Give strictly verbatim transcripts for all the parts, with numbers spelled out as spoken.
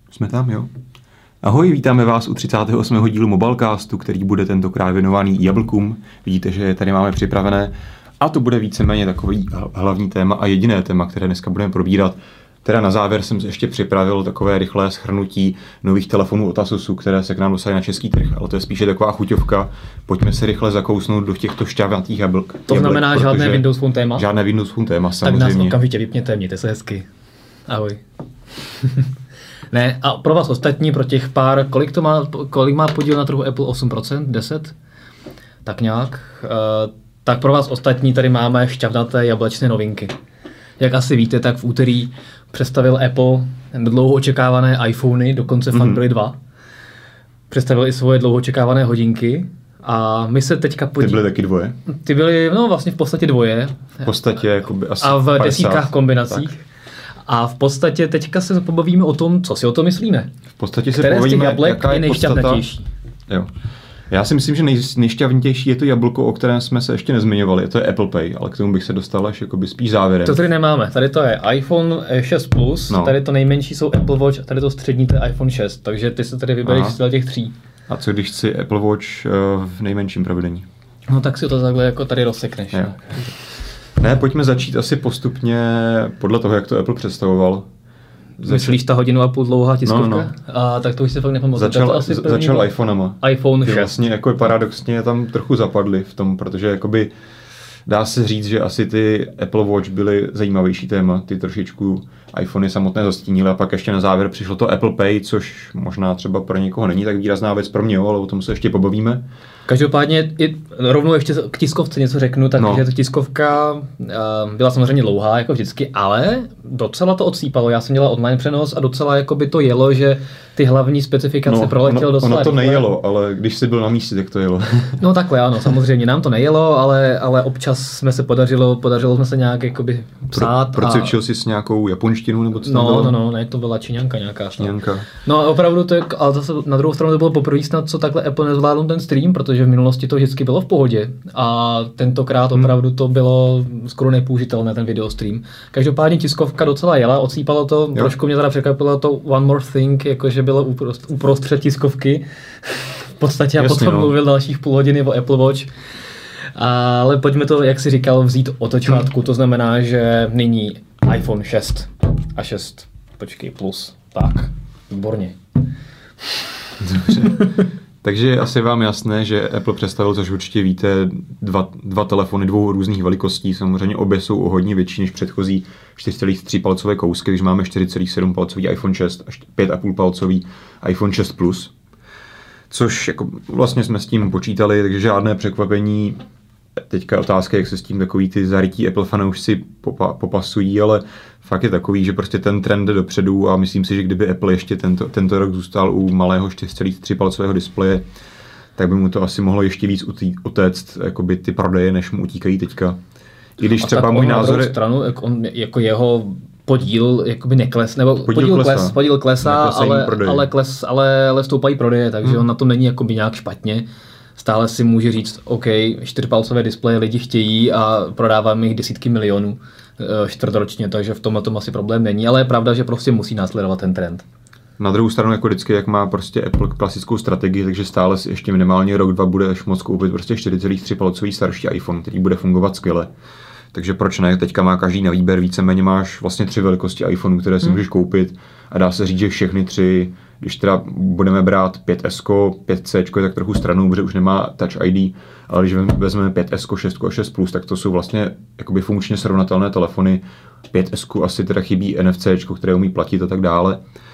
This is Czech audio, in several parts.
Jsme tam, jo. Ahoj, vítáme vás u třicátého osmého dílu Mobilecastu, který bude tentokrát věnovaný jablkům. Vidíte, že je tady máme připravené. A to bude víceméně takový hlavní téma a jediné téma, které dneska budeme probírat. Teda na závěr jsem ještě připravil takové rychlé shrnutí nových telefonů od Asusu, které se k nám dostaly na český trh, ale to je spíše taková chuťovka. Pojďme se rychle zakousnout do těchto šťavnatých jablk. To znamená žádné Windows Phone téma? Žádné Windows Phone téma, samozřejmě. Tak nás okamžitě vypněte, mějte se hezky. Ahoj. Ne, a pro vás ostatní, pro těch pár, kolik to má, kolik má podíl na trhu Apple? osm procent? deset? Tak nějak. Uh, tak pro vás ostatní tady máme šťavnaté jablečné novinky. Jak asi víte, tak v úterý představil Apple dlouho očekávané iPhony, dokonce mm-hmm. fakt byly dva. Představil i svoje dlouho očekávané hodinky a my se teďka podíváme. Ty byly taky dvoje? Ty byly, no vlastně v podstatě dvoje. V podstatě jakoby asi a v padesát desítkách kombinacích. Tak. A v podstatě teďka se pobavíme o tom, co si o to myslíme. V podstatě se Které pobavíme, z těch jablek jaká je nejšťavnatější. Jo. Já si myslím, že nej, nejšťavnitější je to jablko, o kterém jsme se ještě nezmiňovali. To je Apple Pay, ale k tomu bych se dostal až jakoby spíš závěrem. To tady nemáme. Tady to je iPhone šest Plus, no. Tady to nejmenší jsou Apple Watch a tady to střední to je iPhone šest. Takže ty se tady vybereš z těch tří. A co když chci Apple Watch uh, v nejmenším provedení? No tak si to takhle jako tady rozsekneš. Ne. ne, pojďme začít asi postupně podle toho, jak to Apple představoval. Myslíš ta hodinu a půl dlouhá tiskovka? No, no. A tak to už si fakt nepamatuji. Začal, asi začal iPhonema. iPhone šest. Vlastně jako paradoxně tam trochu zapadli v tom, protože jakoby dá se říct, že asi ty Apple Watch byly zajímavější téma, ty trošičku iPhony samotné zastínily a pak ještě na závěr přišlo to Apple Pay, což možná třeba pro někoho není tak výrazná věc, pro mě, ale o tom se ještě pobavíme. Každopádně i rovnou ještě k tiskovce něco řeknu, takže no. Ta tiskovka uh, byla samozřejmě dlouhá, jako vždycky, ale docela to odsýpalo. Já jsem dělal online přenos a docela jako by to jelo, že ty hlavní specifikace no, proletěly docela ono to rychle. nejelo, ale když jsi byl na místě, tak to jelo. No takhle, ano, samozřejmě nám to nejelo, ale, ale občas jsme se podařilo, podařilo jsme se nějak jakoby psát. Pro, procvičil a... jsi s nějakou japonštinu nebo co tam no, bylo? No, no, ne, to byla Číňanka nějaká. Číňanka. No a opravdu to je, ale zase na druhou stranu to bylo poprvé snad, co takhle Apple nezvládl ten stream, protože v minulosti to vždycky bylo v pohodě a tentokrát hmm. opravdu to bylo skoro nepoužitelné, ten videostream. Každopádně tiskovka docela jela, odsýpalo to, jo. Trošku mě teda překvapilo to One More Thing, jakože bylo uprost, uprostřed tiskovky. V podstatě a potom no. mluvil dalších půl hodiny o Apple Watch. Ale pojďme to, jak jsi říkal, vzít od začátku, to znamená, že nyní iPhone šest a šest, počkej, plus, tak, výborně. Dobře. Takže je asi vám jasné, že Apple představil, což určitě víte, dva, dva telefony dvou různých velikostí. Samozřejmě obě jsou o hodně větší než předchozí čtyři celá tři palcové kousky, když máme čtyři celá sedm palcový iPhone šest a pět celá pět palcový iPhone šest Plus. Což jako vlastně jsme s tím počítali, takže žádné překvapení. Teďka otázka, jak se s tím takový ty zarytí Apple fanoušci popa- popasují, ale fakt je takový, že prostě ten trend jde dopředu a myslím si, že kdyby Apple ještě tento, tento rok zůstal u malého čtyři celá tři palcového displeje, tak by mu to asi mohlo ještě víc utéct jakoby ty prodeje, než mu utíkají teďka. I když a třeba můj názor je... stranu, jako, on, jako jeho podíl jakoby nekles, nebo podíl, podíl klesá, kles, podíl klesá ale, ale, kles, ale, ale stoupají prodeje, takže hmm. on na tom není jakoby nějak špatně. Stále si může říct, OK, čtyřpalcové displeje lidi chtějí a prodáváme jich desítky milionů čtvrtročně, takže v tomhle tom asi problém není, ale je pravda, že prostě musí následovat ten trend. Na druhou stranu, jako vždycky, jak má prostě Apple klasickou strategii, takže stále si ještě minimálně rok, dva bude až moc koupit prostě čtyři celá tři palcový starší iPhone, který bude fungovat skvěle. Takže proč ne? Teďka má každý na výběr, víceméně máš vlastně tři velikosti iPhoneu, které si hmm. můžeš koupit a dá se říct, že všechny tři, když teda budeme brát pět S, pět C, je tak trochu stranou, protože už nemá Touch I D, ale když vezmeme pět S, šest a šest Plus, tak to jsou vlastně jakoby funkčně srovnatelné telefony. pět S asi teda chybí N F C, které umí platit a tak dále.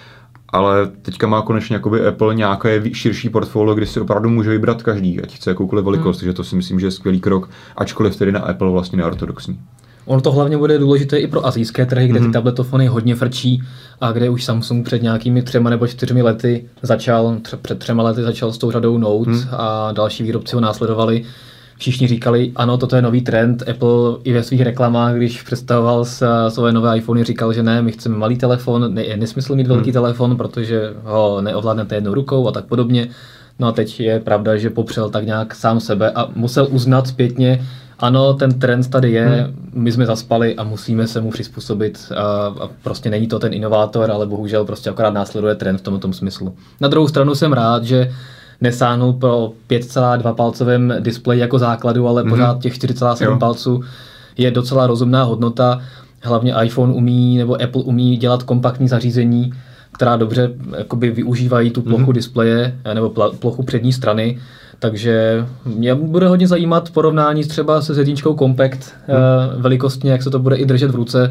Ale teďka má konečně jakoby Apple nějaké širší portfolio, kdy si opravdu může vybrat každý, ať chce jakoukoliv velikost, hmm. takže to si myslím, že je skvělý krok, ačkoliv tedy na Apple vlastně neortodoxní. Ono to hlavně bude důležité i pro asijské trhy, kde ty tabletofony hodně frčí a kde už Samsung před nějakými třema nebo čtyřmi lety začal, tře- před třema lety začal s tou řadou Note hmm. a další výrobci ho následovali. Všichni říkali, ano, toto je nový trend. Apple i ve svých reklamách, když představoval své nové iPhony, říkal, že ne, my chceme malý telefon, ne, je nesmysl mít velký hmm. telefon, protože ho neovládnete jednou rukou a tak podobně. No a teď je pravda, že popřel tak nějak sám sebe a musel uznat zpětně, ano, ten trend tady je, hmm. my jsme zaspali a musíme se mu přizpůsobit a, a prostě není to ten inovátor, ale bohužel prostě akorát následuje trend v tomto tom smyslu. Na druhou stranu jsem rád, že nesáhnul pro pět celá dva palcovém displeji jako základu, ale hmm. pořád těch čtyři celá sedm palců je docela rozumná hodnota. Hlavně iPhone umí, nebo Apple umí dělat kompaktní zařízení, která dobře jakoby využívají tu plochu mm-hmm. displeje nebo plochu přední strany. Takže mě bude hodně zajímat porovnání třeba se Z Compact mm. velikostně, jak se to bude i držet v ruce.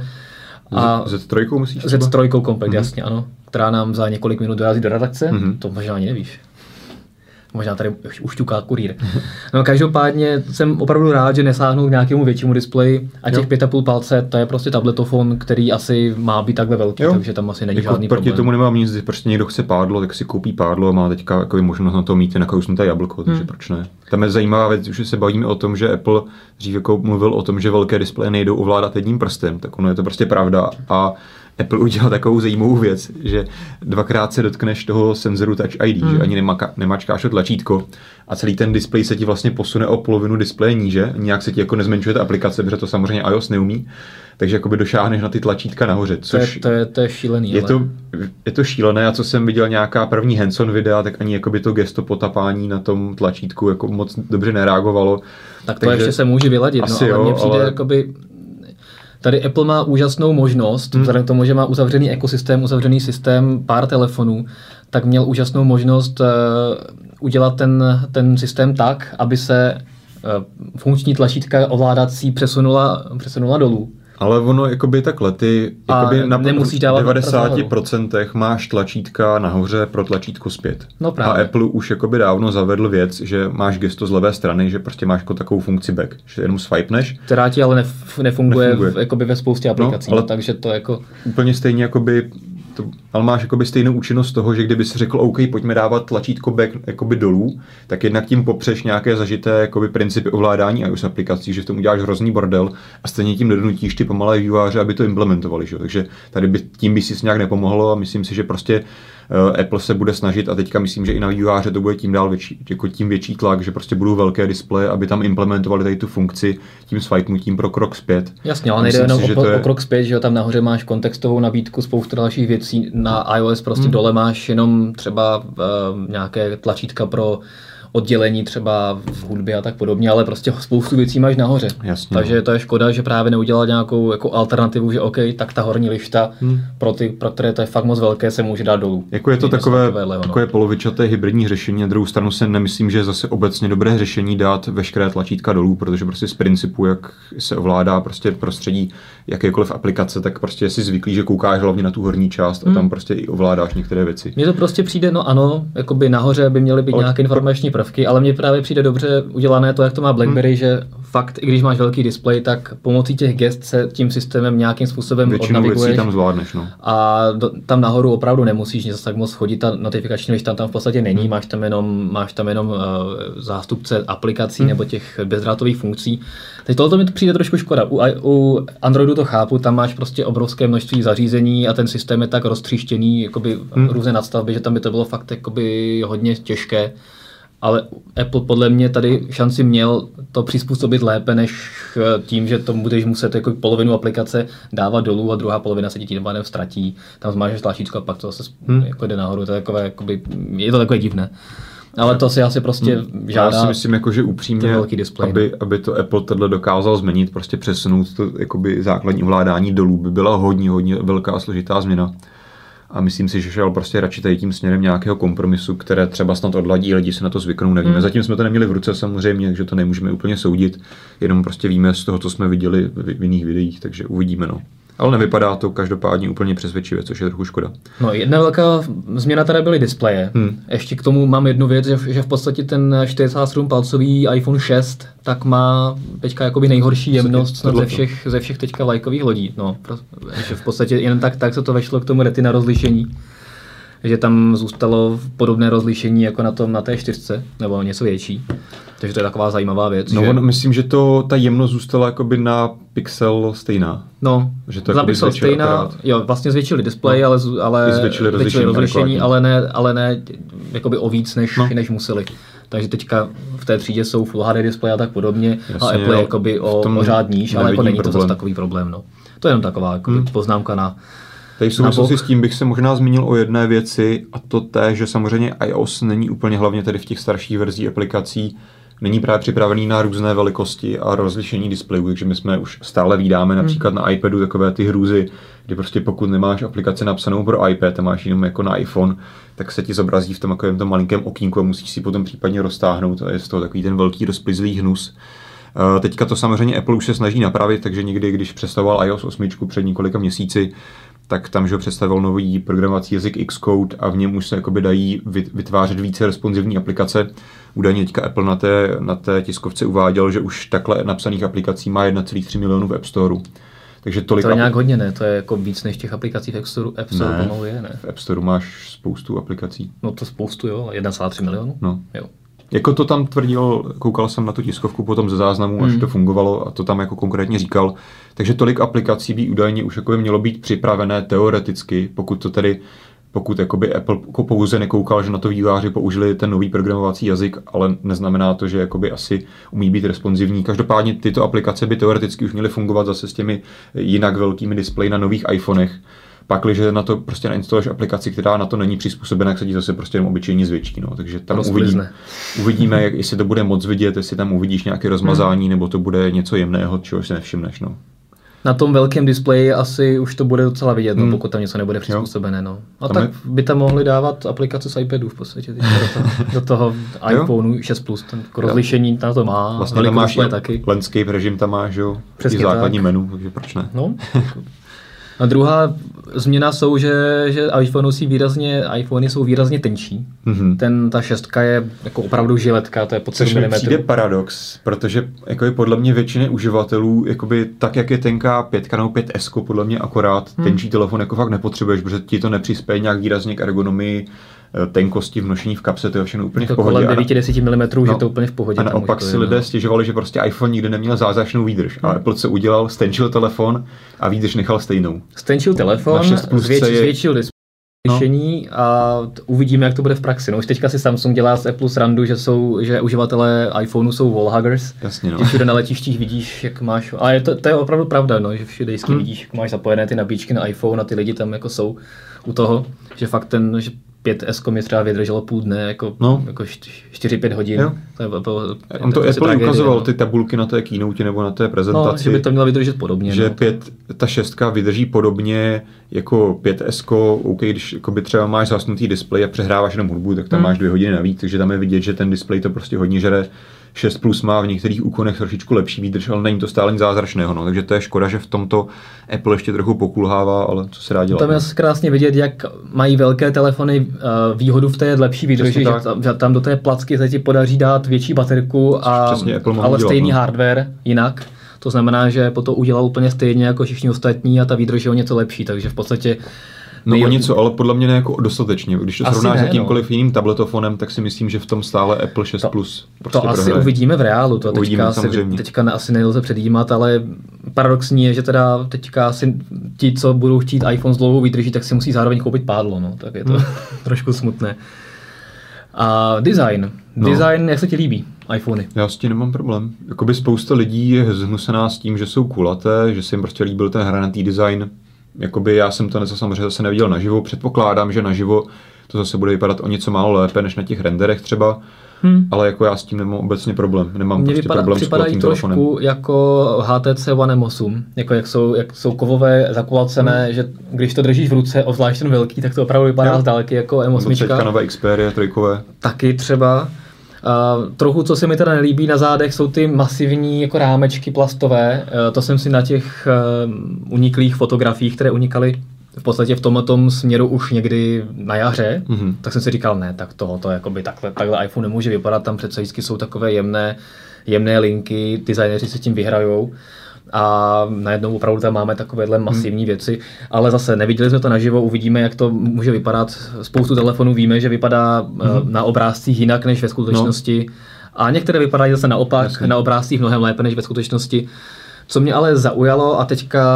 A Z tři myslíš? Z tři Compact, mm-hmm. jasně, ano. Která nám za několik minut dorazí do redakce. Mm-hmm. To možná ani nevíš. Možná tady už ťuká kurýr. No každopádně jsem opravdu rád, že nesáhnu k nějakému většímu displeji a těch pět a půl palce, to je prostě tabletofon, který asi má být takhle velký, jo. Takže tam asi není jako žádný proti problém. Proti tomu nemám nic, prostě někdo chce pádlo, tak si koupí pádlo a má teďka jako možnost na to mít nakousnuté jablko, takže hmm. proč ne. Tam je zajímavá věc, že se bavíme o tom, že Apple dřív jako mluvil o tom, že velké displeje nejdou ovládat jedním prstem, tak ono je to prostě pravda a Apple udělal takovou zajímavou věc, že dvakrát se dotkneš toho senzoru Touch I D, hmm. že ani nemaka, nemačkáš to tlačítko a celý ten displej se ti vlastně posune o polovinu displeje níže, nějak se ti jako nezmenšuje ta aplikace, protože to samozřejmě iOS neumí, takže jakoby došáhneš na ty tlačítka nahoře, což to je, to je, to je šílený. Je, ale... to, je to šílené a co jsem viděl nějaká první hands-on videa, tak ani jakoby to gesto potapání na tom tlačítku jako moc dobře nereagovalo. Tak to takže ještě se může vyladit, no, ale mně přijde ale... jakoby... Tady Apple má úžasnou možnost, hmm. vzhledem k tomu, že má uzavřený ekosystém, uzavřený systém pár telefonů, tak měl úžasnou možnost uh, udělat ten, ten systém tak, aby se uh, funkční tlačítka ovládací přesunula, přesunula dolů. Ale ono jakoby takhle, ty jakoby na devadesát procent máš tlačítka nahoře pro tlačítko zpět. No právě. A Apple už jakoby dávno zavedl věc, že máš gesto z levé strany, že prostě máš jako takovou funkci back, že jenom swipeneš. Která ti ale nef- nefunguje, nefunguje. V, jakoby ve spoustě aplikací, no, ale takže to jako... Úplně stejně jakoby... To, ale máš jakoby stejnou účinnost toho, že kdyby si řekl OK, pojďme dávat tlačítko back jakoby dolů, tak jednak tím popřeš nějaké zažité jakoby principy ovládání iOS aplikací, že v tom uděláš hrozný bordel a stejně tím donutíš ty pomalé vývojáře, aby to implementovali. Že? Takže tady by, tím by si nějak nepomohlo a myslím si, že prostě uh, Apple se bude snažit a teďka myslím, že i na vývojáře to bude tím dál větší, jako tím větší tlak, že prostě budou velké displeje, aby tam implementovali tady tu funkci tím swipenutím pro krok zpět. Jasně, ale nejde jenom si, o, je... o krok zpět, že jo, tam nahoře máš kontextovou nabídku, spoustu dalších věcí. Na iOS prostě hmm. dole máš jenom třeba uh, nějaké tlačítka pro oddělení třeba v hudbě a tak podobně, ale prostě spoustu věcí máš nahoře. Jasně, takže to je škoda, že právě neudělal nějakou jako alternativu, že OK, tak ta horní lišta hmm. pro ty, pro které to je fakt moc velké, se může dát dolů. Jako je to takové, takové, takové polovičaté hybridní řešení, na druhou stranu se nemyslím, že je zase obecně dobré řešení dát veškeré tlačítka dolů, protože prostě z principu, jak se ovládá prostě prostředí jakékoliv aplikace, tak prostě jsi zvyklý, že koukáš hlavně na tu horní část a hmm. tam prostě i ovládáš některé věci. Mně to prostě přijde, no ano, jakoby nahoře by měly být ale nějaké informační prvky, ale mně právě přijde dobře udělané to, jak to má BlackBerry, hmm. že fakt, i když máš velký displej, tak pomocí těch gest se tím systémem nějakým způsobem většinu odnaviguješ. Věcí tam zvládneš, no. A do, tam nahoru opravdu nemusíš nic tak moc chodit, ta notifikační lišta tam, tam v podstatě není, hmm. máš tam jenom, máš tam jenom uh, zástupce aplikací hmm. nebo těch bezdrátových funkcí. Teď tohle mi přijde trošku škoda. U, u Androidu to chápu, tam máš prostě obrovské množství zařízení a ten systém je tak roztříštěný, jakoby hmm. různé nadstavby, že tam by to bylo fakt jakoby hodně těžké. Ale Apple podle mě tady šanci měl to přizpůsobit lépe, než tím, že to budeš muset jako polovinu aplikace dávat dolů a druhá polovina se ti tím pádem ztratí. Tam zmážeš tlačítko a pak to zase hmm. jako jde nahoru. To je, takové, jakoby, je to takové divné. Ale to si asi prostě hmm. žádá. Já si myslím, jako, že upřímně, aby, aby to Apple tohle dokázal změnit, prostě přesunout to jakoby základní ovládání dolů, by byla hodně, hodně velká a složitá změna. A myslím si, že šel prostě radši tady tím směrem nějakého kompromisu, které třeba snad odladí, lidi se na to zvyknou, nevíme. Hmm. Zatím jsme to neměli v ruce samozřejmě, takže to nemůžeme úplně soudit, jenom prostě víme z toho, co jsme viděli v jiných videích, takže uvidíme, no. Ale nevypadá to každopádně úplně přesvědčivě, což je trochu škoda. No, jedna velká změna tady byly displeje. Hmm. Ještě k tomu mám jednu věc, že, že v podstatě ten čtyři celá sedm palcový iPhone šest tak má teďka jakoby nejhorší jemnost snad ze všech, ze všech teďka lajkových lodí. No, že v podstatě jen tak, tak se to vešlo k tomu retina rozlišení. Že tam zůstalo podobné rozlišení jako na tom na té čtyřce, nebo něco větší. Takže to je taková zajímavá věc. No, že... on, myslím, že to, ta jemnost zůstala jakoby na pixel stejná. No, že to za pixel stejná, akorát. Jo, vlastně zvětšili displej, no, ale, ale zvětšili rozlišení, rozlišení ale ne, ale ne jakoby o víc, než, no. než museli. Takže teďka v té třídě jsou Full H D display a tak podobně. Jasně, a Apple je jakoby o, o řád níž, ale jako není problém. To zase takový problém. No. To je jenom taková jakoby, hmm. poznámka na Tady v souvislosti s tím bych se možná zmínil o jedné věci, a to té, že samozřejmě iOS není úplně hlavně tedy v těch starších verzích aplikací, není právě připravený na různé velikosti a rozlišení displejů, takže my jsme už stále vídáme například hmm. na iPadu takové ty hrůzy, kdy prostě pokud nemáš aplikaci napsanou pro iPad a máš jenom jako na iPhone, tak se ti zobrazí v tom takovém tom malinkém okýnku a musíš si potom případně roztáhnout a je z toho takový ten velký rozplizlý hnus. Teďka to samozřejmě Apple už se snaží napravit, takže někdy, když představoval iOS osm před několika měsíci, tak tam, že představil nový programovací jazyk Xcode a v něm už se jakoby dají vytvářet více responsivní aplikace. Údajně teďka Apple na té, na té tiskovce uváděl, že už takhle napsaných aplikací má jedna celá tři milionu v App Storeu. Takže tolik to je nějak hodně, ne? To je jako víc než těch aplikací v App Storeu, App Store ne, pomalu je, ne? V App Storeu máš spoustu aplikací. No to spoustu, jo, jedna celá tři milionu. No. Jo. Jako to tam tvrdil, koukal jsem na tu tiskovku potom ze záznamu, až hmm. to fungovalo a to tam jako konkrétně říkal. Takže tolik aplikací by údajně už jako by mělo být připravené teoreticky, pokud to tedy, pokud jakoby Apple pouze nekoukal, že na to vývojáři použili ten nový programovací jazyk, ale neznamená to, že jakoby asi umí být responsivní. Každopádně tyto aplikace by teoreticky už měly fungovat zase s těmi jinak velkými displeji na nových iPhonech. Pakliže na to prostě nainstaluješ aplikaci, která na to není přizpůsobená, tak se ti zase prostě jenom obyčejně zvětší. No. Takže tam uvidíme, uvidíme, jak, jestli to bude moc vidět, jestli tam uvidíš nějaké rozmazání, hmm. nebo to bude něco jemného, čeho si nevšimneš. No. Na tom velkém displeji asi už to bude docela vidět, hmm. no, pokud tam něco nebude přizpůsobené. No. A tam tak je... by tam mohli dávat aplikace z iPadu v podstatě do toho, do toho iPhoneu šest plus, ten rozlišení na to má, vlastně tam máš taky. Landscape režim tam máš, jo, i základní tak. Menu, takže proč ne? No. A druhá změna jsou, že, že iPhone jsou výrazně, iPhony jsou výrazně tenčí. Mm-hmm. Ten, ta šestka je jako opravdu žiletka, to je pod sedm milimetrů. Což mi přijde paradox, protože jako je podle mě většiny uživatelů, jakoby tak, jak je tenká pětka nebo pět S, podle mě akorát hmm. tenčí telefon jako fakt nepotřebuješ, protože ti to nepřispěje nějak výrazně k ergonomii, tenkosti v nošení v kapse, to je všechno úplně to v pohodě. Kolem devět až deset milimetrů, no, že to úplně v pohodě. A naopak si lidé stěžovali, že prostě iPhone nikdy neměl zázračnou výdrž. A Apple co udělal, stenčil telefon a výdrž nechal stejnou. Stenčil telefon, zvětšil, je... zvětšil řešení no. a uvidíme, jak to bude v praxi. No, už teďka si Samsung dělá z Apple srandu, že jsou, že uživatelé iPhoneu jsou wallhuggers. Jasně, no. Že všude na letištích vidíš, jak máš, a je to, to je opravdu pravda, no, že všude hmm. vidíš, jak máš zapojené ty nabíječky na iPhone a ty lidi tam jako jsou u toho, že fakt ten, že pět S mi třeba vydrželo půl dne, jako, no. jako čtyři pět hodin. Jo. To je, to, On to Apple tragédie, ukazoval, no. ty tabulky na té keynote nebo na té prezentaci. No, že by to mělo vydržet podobně. Že no. pět, ta šestka vydrží podobně jako pět S, OK, když třeba máš zasnutý displej a přehráváš jenom hudbu, tak tam hmm. máš dvě hodiny navíc, takže tam je vidět, že ten displej to prostě hodně žere. šest plus má v některých úkonech trošičku lepší výdrž, ale není to stále nic zázračného, no. Takže to je škoda, že v tomto Apple ještě trochu pokulhává, ale co se dá dělat. Tam je krásně vidět, jak mají velké telefony uh, výhodu v té lepší výdrži, že tam, že tam do té placky se ti podaří dát větší baterku, a, ale dělat, stejný no. hardware jinak. To znamená, že po to udělal úplně stejně jako všichni ostatní a ta výdrž je o něco lepší, takže v podstatě No o něco, ale podle mě ne jako dostatečně. Když to srovnáš s jakýmkoliv no. jiným tabletofonem, tak si myslím, že v tom stále Apple šest Plus prostě to asi prohraje. Uvidíme v reálu, to teďka, asi, teďka asi nelze předjímat, ale paradoxní je, že teda teďka asi ti, co budou chtít iPhone s dlouhou výdrží, tak si musí zároveň koupit pádlo, no. Tak je to hmm. trošku smutné. A design. No. Design, jak se ti líbí iPhony? Já s tím nemám problém. Jakoby spousta lidí je zhnusená s tím, že jsou kulaté, že se jim prostě líbil ten hranatý design. Jakoby já jsem to něco samozřejmě zase neviděl naživo, předpokládám, že naživo to zase bude vypadat o něco málo lépe než na těch renderech třeba, hmm. ale jako já s tím nemám obecně problém, nemám Mně prostě vypadá, problém s kulatým telefonem. Trošku jako H T C One M osm, jako jak jsou, jak jsou kovové zakulacené, hmm. že když to držíš v ruce, obzvlášť ten velký, tak to opravdu vypadá z dálky jako M osm. Teďka nové Xperia trojkové. Taky třeba. Uh, trochu, co se mi teda nelíbí na zádech, jsou ty masivní jako rámečky plastové. Uh, to jsem si na těch uh, uniklých fotografiích, které unikaly v podstatě v tomto směru už někdy na jaře, mm-hmm. tak jsem si říkal, ne, tak tohoto jakoby takhle, takhle iPhone nemůže vypadat, tam přece vždycky jsou takové jemné, jemné linky, designéři se tím vyhrajou. A najednou opravdu tam máme takovéhle masivní hmm. věci, ale zase neviděli jsme to naživo, uvidíme, jak to může vypadat. Spoustu telefonů víme, že vypadá hmm. na obrázcích jinak než ve skutečnosti, no. a některé vypadají zase naopak, Jasně. na obrázcích mnohem lépe než ve skutečnosti. Co mě ale zaujalo, a teďka,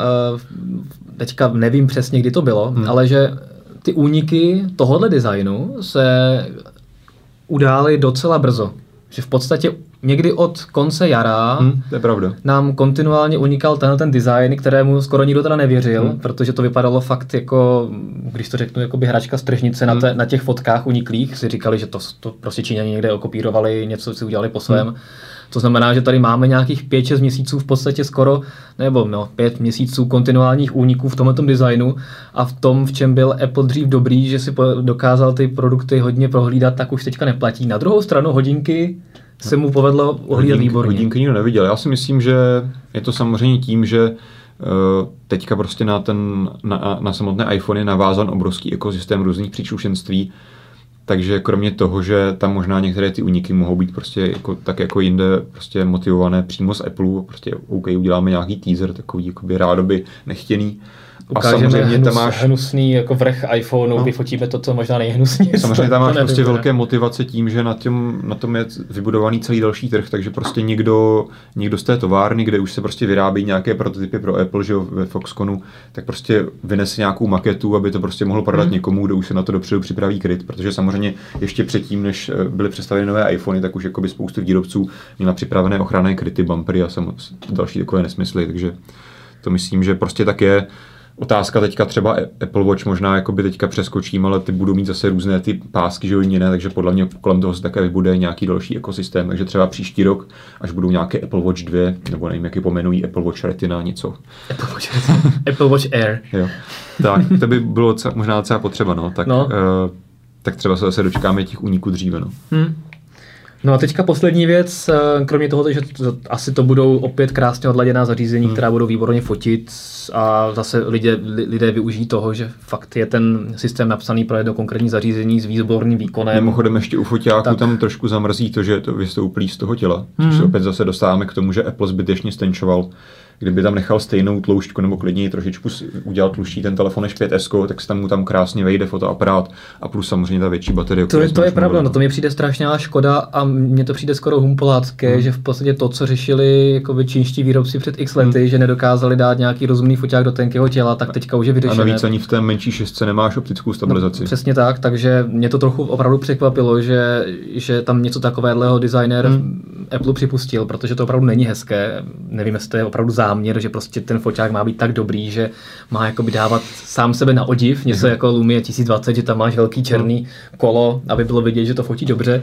teďka nevím přesně, kdy to bylo, hmm. ale že ty úniky tohohle designu se událi docela brzo. Že v podstatě někdy od konce jara hmm, to je pravda. nám kontinuálně unikal tenhle ten design, kterému skoro nikdo teda nevěřil, hmm. protože to vypadalo fakt jako, když to řeknu, jako by hračka z tržnice hmm. na, te, na těch fotkách uniklých, si říkali, že to, to prostě Číňani někde okopírovali, něco si udělali po svém. Hmm. To znamená, že tady máme nějakých pět šest měsíců v podstatě skoro, nebo no, pět měsíců kontinuálních úniků v tomhle designu a v tom, v čem byl Apple dřív dobrý, že si dokázal ty produkty hodně prohlídat, tak už teďka neplatí. Na druhou stranu hodinky se mu povedlo ohlídat výborně. Hodinky nikdo neviděl. Já si myslím, že je to samozřejmě tím, že uh, teďka prostě na, ten, na, na samotné iPhone je navázan obrovský ekosystém různých příslušenství. Takže kromě toho, že tam možná některé ty úniky mohou být prostě jako, tak jako jinde prostě motivované přímo z Apple, prostě OK, uděláme nějaký teaser, takový jakoby rádoby nechtěný. Ukážeme a samozřejmě hnus, tam máš hnusný jako vrch iPhoneu, no. Vyfotíme to, co možná nejhnusnější. Samozřejmě tam máš prostě velké motivace tím, že na tom, na tom je vybudovaný celý další trh, takže prostě někdo, někdo z té továrny, kde už se prostě vyrábí nějaké prototypy pro Apple, že jo, ve Foxconnu, tak prostě vynese nějakou maketu, aby to prostě mohl prodat hmm. někomu, kdo už se na to dopředu připraví kryt, protože samozřejmě ještě předtím, než byly představeny nové iPhony, tak už jakoby spoustu výrobců měla připravené ochranné kryty, bumpery a sam, další takové nesmysly, takže to myslím, že prostě tak je. Otázka teďka třeba Apple Watch možná jakoby teďka přeskočím, ale ty budou mít zase různé ty pásky, že jo, jiné, takže podle mě kolem toho se také vybude nějaký další ekosystém, takže třeba příští rok, až budou nějaké Apple Watch dva, nebo nevím, jak je pomenují, Apple Watch Retina, něco. Apple Watch Retina. Apple Watch Air. Jo. Tak, to by bylo docela, možná docela potřeba, no. Tak, no. Uh, tak třeba se zase dočkáme těch úniků dříve, no. Hmm. No a teďka poslední věc, kromě toho, že to, asi to budou opět krásně odladěná zařízení, hmm. která budou výborně fotit a zase lidé, lidé využijí toho, že fakt je ten systém napsaný pro jedno konkrétní zařízení s výborným výkonem. Mimochodem ještě u foťáku tak tam trošku zamrzí to, že to vystoupí z toho těla, což hmm. se opět zase dostáváme k tomu, že Apple zbytečně stenčoval. Kdyby tam nechal stejnou tloušťku nebo klidněji trošičku udělal tluští ten telefon než pět S, tak se tam mu tam krásně vejde fotoaparát a plus samozřejmě ta větší baterie. To je, to je pravda, no to mi přijde strašná škoda a mně to přijde skoro humpolácké, hmm. že v podstatě to, co řešili jakoby čínští výrobci před x lety, hmm. že nedokázali dát nějaký rozumný foťák do tenkého těla, tak teďka už je vyřešené. A navíc ani v té menší šestce nemáš optickou stabilizaci. No, přesně tak, takže mě to trochu opravdu překvapilo, že, že tam něco takového designer hmm. Apple připustil, protože to opravdu není hezké. Nevím, jestli to je opravdu záměr, že prostě ten foťák má být tak dobrý, že má jakoby dávat sám sebe na odiv, něco mm. jako Lumia tisíc dvacet, že tam máš velký černý mm. kolo, aby bylo vidět, že to fotí dobře.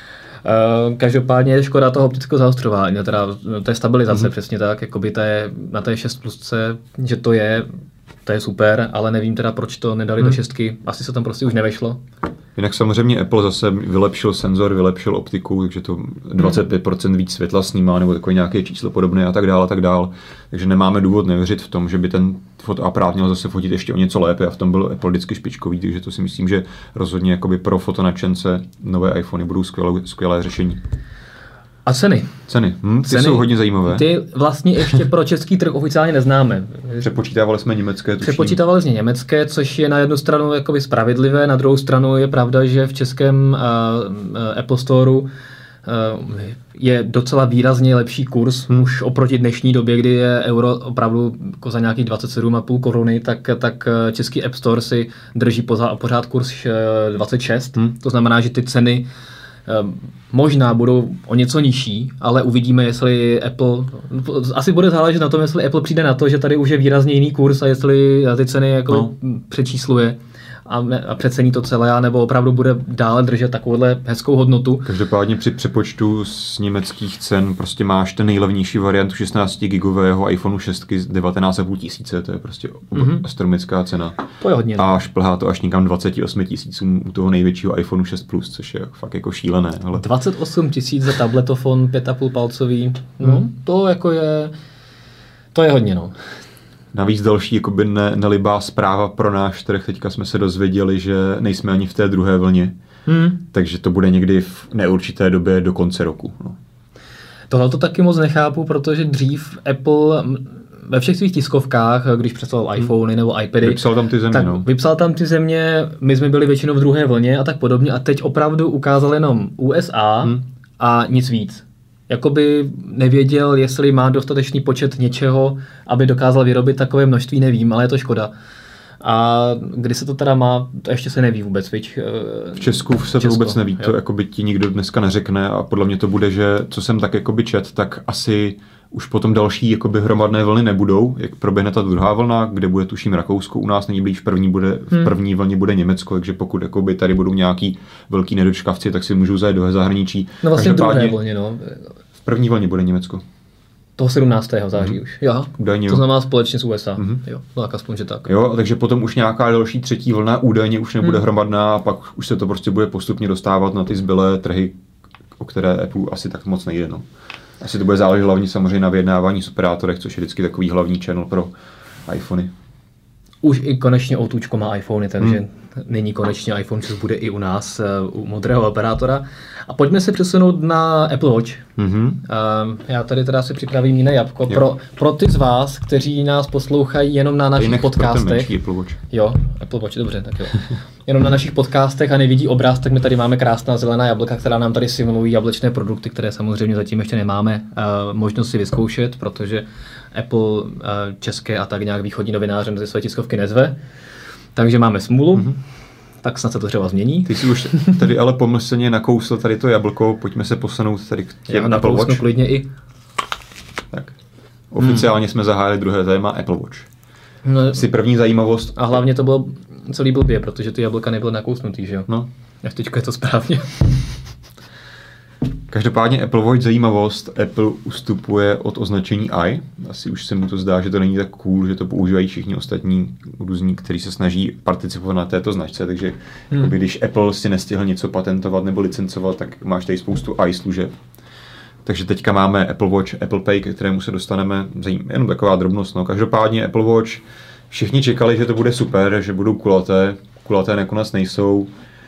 Uh, každopádně je škoda toho optického zaostřování, teda té stabilizace mm. přesně tak, jakoby té, na té šest plus, že to je, to je super, ale nevím teda, proč to nedali mm. do šestky, asi se tam prostě už nevešlo. Jinak samozřejmě Apple zase vylepšil senzor, vylepšil optiku, takže to dvacet pět procent víc světla snímá, nebo takové nějaké číslo podobné a tak dále a tak dále. Takže nemáme důvod nevěřit v tom, že by ten fotoaparát měl zase fotit ještě o něco lépe a v tom byl Apple vždycky špičkový, takže to si myslím, že rozhodně jakoby pro fotonačence nové iPhony budou skvělé, skvělé řešení. A ceny? Ceny, hm, ty ceny, jsou hodně zajímavé. Ty vlastně ještě pro český trh oficiálně neznáme. Přepočítávali jsme německé, tuším. Přepočítávali jsme německé, což je na jednu stranu jakoby spravedlivé, na druhou stranu je pravda, že v českém uh, uh, Apple Storeu uh, je docela výrazně lepší kurz, hmm. už oproti dnešní době, kdy je euro opravdu jako za nějakých dvacet sedm a půl koruny, tak, tak český App Store si drží pořád, pořád kurz dvacet šest. Hmm. To znamená, že ty ceny možná budou o něco nižší, ale uvidíme, jestli Apple, asi bude záležet na tom, jestli Apple přijde na to, že tady už je výrazně jiný kurz a jestli ty ceny jako no. přečísluje a, a přecení to celé, nebo opravdu bude dále držet takovouhle hezkou hodnotu. Každopádně při přepočtu z německých cen prostě máš ten nejlevnější variantu šestnáct gigového iPhone šest z devatenáct a půl tisíce, to je prostě mm-hmm. astronomická cena. To je hodně. A šplhá to až někam dvacet osm tisícům u toho největšího iPhone šest plus, což je fakt jako šílené. Ale... dvacet osm tisíc za tabletofon pět a půl palcový, no mm. to jako je, to je hodně, no. Navíc další jakoby ne, nelibá zpráva pro náš trh. Teďka jsme se dozvěděli, že nejsme ani v té druhé vlně. Hmm. Takže to bude někdy v neurčité době do konce roku. No. Tohle to taky moc nechápu, protože dřív Apple ve všech svých tiskovkách, když představoval hmm. iPhony nebo iPady, vypsal tam ty země. Tak no. vypsal tam ty země, my jsme byli většinou v druhé vlně a tak podobně. A teď opravdu ukázal jenom U S A hmm. a nic víc. Jakoby nevěděl, jestli má dostatečný počet něčeho, aby dokázal vyrobit takové množství, nevím, ale je to škoda. A kdy se to teda má, to ještě se neví vůbec, viď? V Česku se to vůbec neví, jo. To jakoby ti nikdo dneska neřekne a podle mě to bude, že co jsem tak jakoby čet, tak asi už potom další jakoby hromadné vlny nebudou, jak proběhne ta druhá vlna, kde bude tuším Rakousko, u nás nejblíž v první, bude, v první vlně bude Německo, takže pokud jakoby tady budou nějaký velký nedočkavci, tak si můžou zajet do zahraničí. No vlastně v druhé vlně, no. V první vlně bude Německo. Toho sedmnáctého září mm. už. Jo. Údajně, to znamená společně s U S A. Mm-hmm. Jo, no tak aspoň, že tak. Jo, takže potom už nějaká další třetí vlna údajně už nebude mm. hromadná a pak už se to prostě bude postupně dostávat na ty zbylé trhy, o které Apple asi tak moc nejde. No. Asi to bude záležet hlavně samozřejmě na vyjednávání s operátorech, což je vždycky takový hlavní channel pro iPhony. Už i konečně Outučko má iPhony, takže hmm. nyní konečně iPhone šest bude i u nás, u modrého operátora. A pojďme se přesunout na Apple Watch. Mm-hmm. Uh, já tady teda si připravím jiné jabko. Pro, pro ty z vás, kteří nás poslouchají jenom na našich Jinak podcastech. Apple Watch. Jo, Apple Watch, dobře, tak jo. Jenom na našich podcastech a nevidí obraz, tak my tady máme krásná zelená jablka, která nám tady simulují jablečné produkty, které samozřejmě zatím ještě nemáme uh, možnost si vyzkoušet, protože Apple uh, české a tak nějak východní novináře mezi své tiskovky nezve. Takže máme smůlu. Mm-hmm. Tak snad se to třeba změní. Ty jsi už tady ale pomyslně nakousl tady to jablko, pojďme se posunout tady k těm Apple Watch. Klidně i. Tak. Oficiálně hmm. jsme zahájili druhé téma Apple Watch. No, si první zajímavost. A hlavně to bylo celý blbě, protože ty jablka nebyly nakousnutý, že jo? No. Až teďka je to správně. Každopádně Apple Watch zajímavost, Apple ustupuje od označení i. Asi už se mu to zdá, že to není tak cool, že to používají všichni ostatní různí, kteří se snaží participovat na této značce, takže hmm. jakoby, když Apple si nestihl něco patentovat nebo licencovat, tak máš tady spoustu i služeb. Takže teďka máme Apple Watch, Apple Pay, ke kterému se dostaneme, jenom taková drobnost. No. Každopádně Apple Watch, všichni čekali, že to bude super, že budou kulaté, kulaté nakonec nejsou.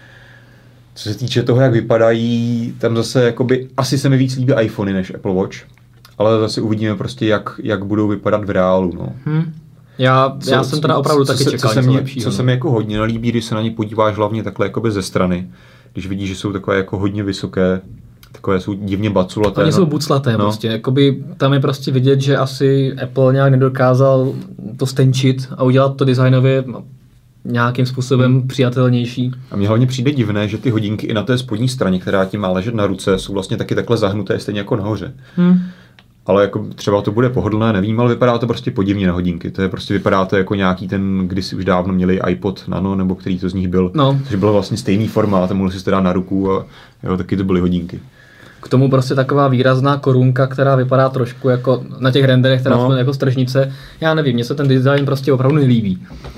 Co se týče toho, jak vypadají, tam zase jakoby, asi se mi víc líbí iPhony než Apple Watch, ale zase uvidíme prostě, jak, jak budou vypadat v reálu. No. Hmm. Já, co, já jsem teda opravdu co, taky co, čekal co něco mě, lepšího. Co no. se mi jako hodně nelíbí, když se na ně podíváš hlavně takhle jakoby ze strany, když vidíš, že jsou takové jako hodně vysoké, takové jsou divně baculaté. Oni no. jsou buclaté no. prostě, jakoby tam je prostě vidět, že asi Apple nějak nedokázal to stenčit a udělat to designově nějakým způsobem hmm. přijatelnější. A mně hlavně přijde divné, že ty hodinky i na té spodní straně, která ti má ležet na ruce, jsou vlastně taky takhle zahnuté, stejně jako nahoře. Hmm. Ale jako třeba to bude pohodlné, nevím, ale vypadá to prostě podivně na hodinky. To je prostě vypadá to jako nějaký ten, kdysi už dávno měli iPod Nano, nebo který to z nich byl. No. Takže byl vlastně stejný formát a mohli si to dát na ruku a jo, taky to byly hodinky. K tomu prostě taková výrazná korunka, která vypadá trošku jako na těch renderech, která no. jako stržnice. Já nevím, mně se ten design prostě opravdu nelíbí.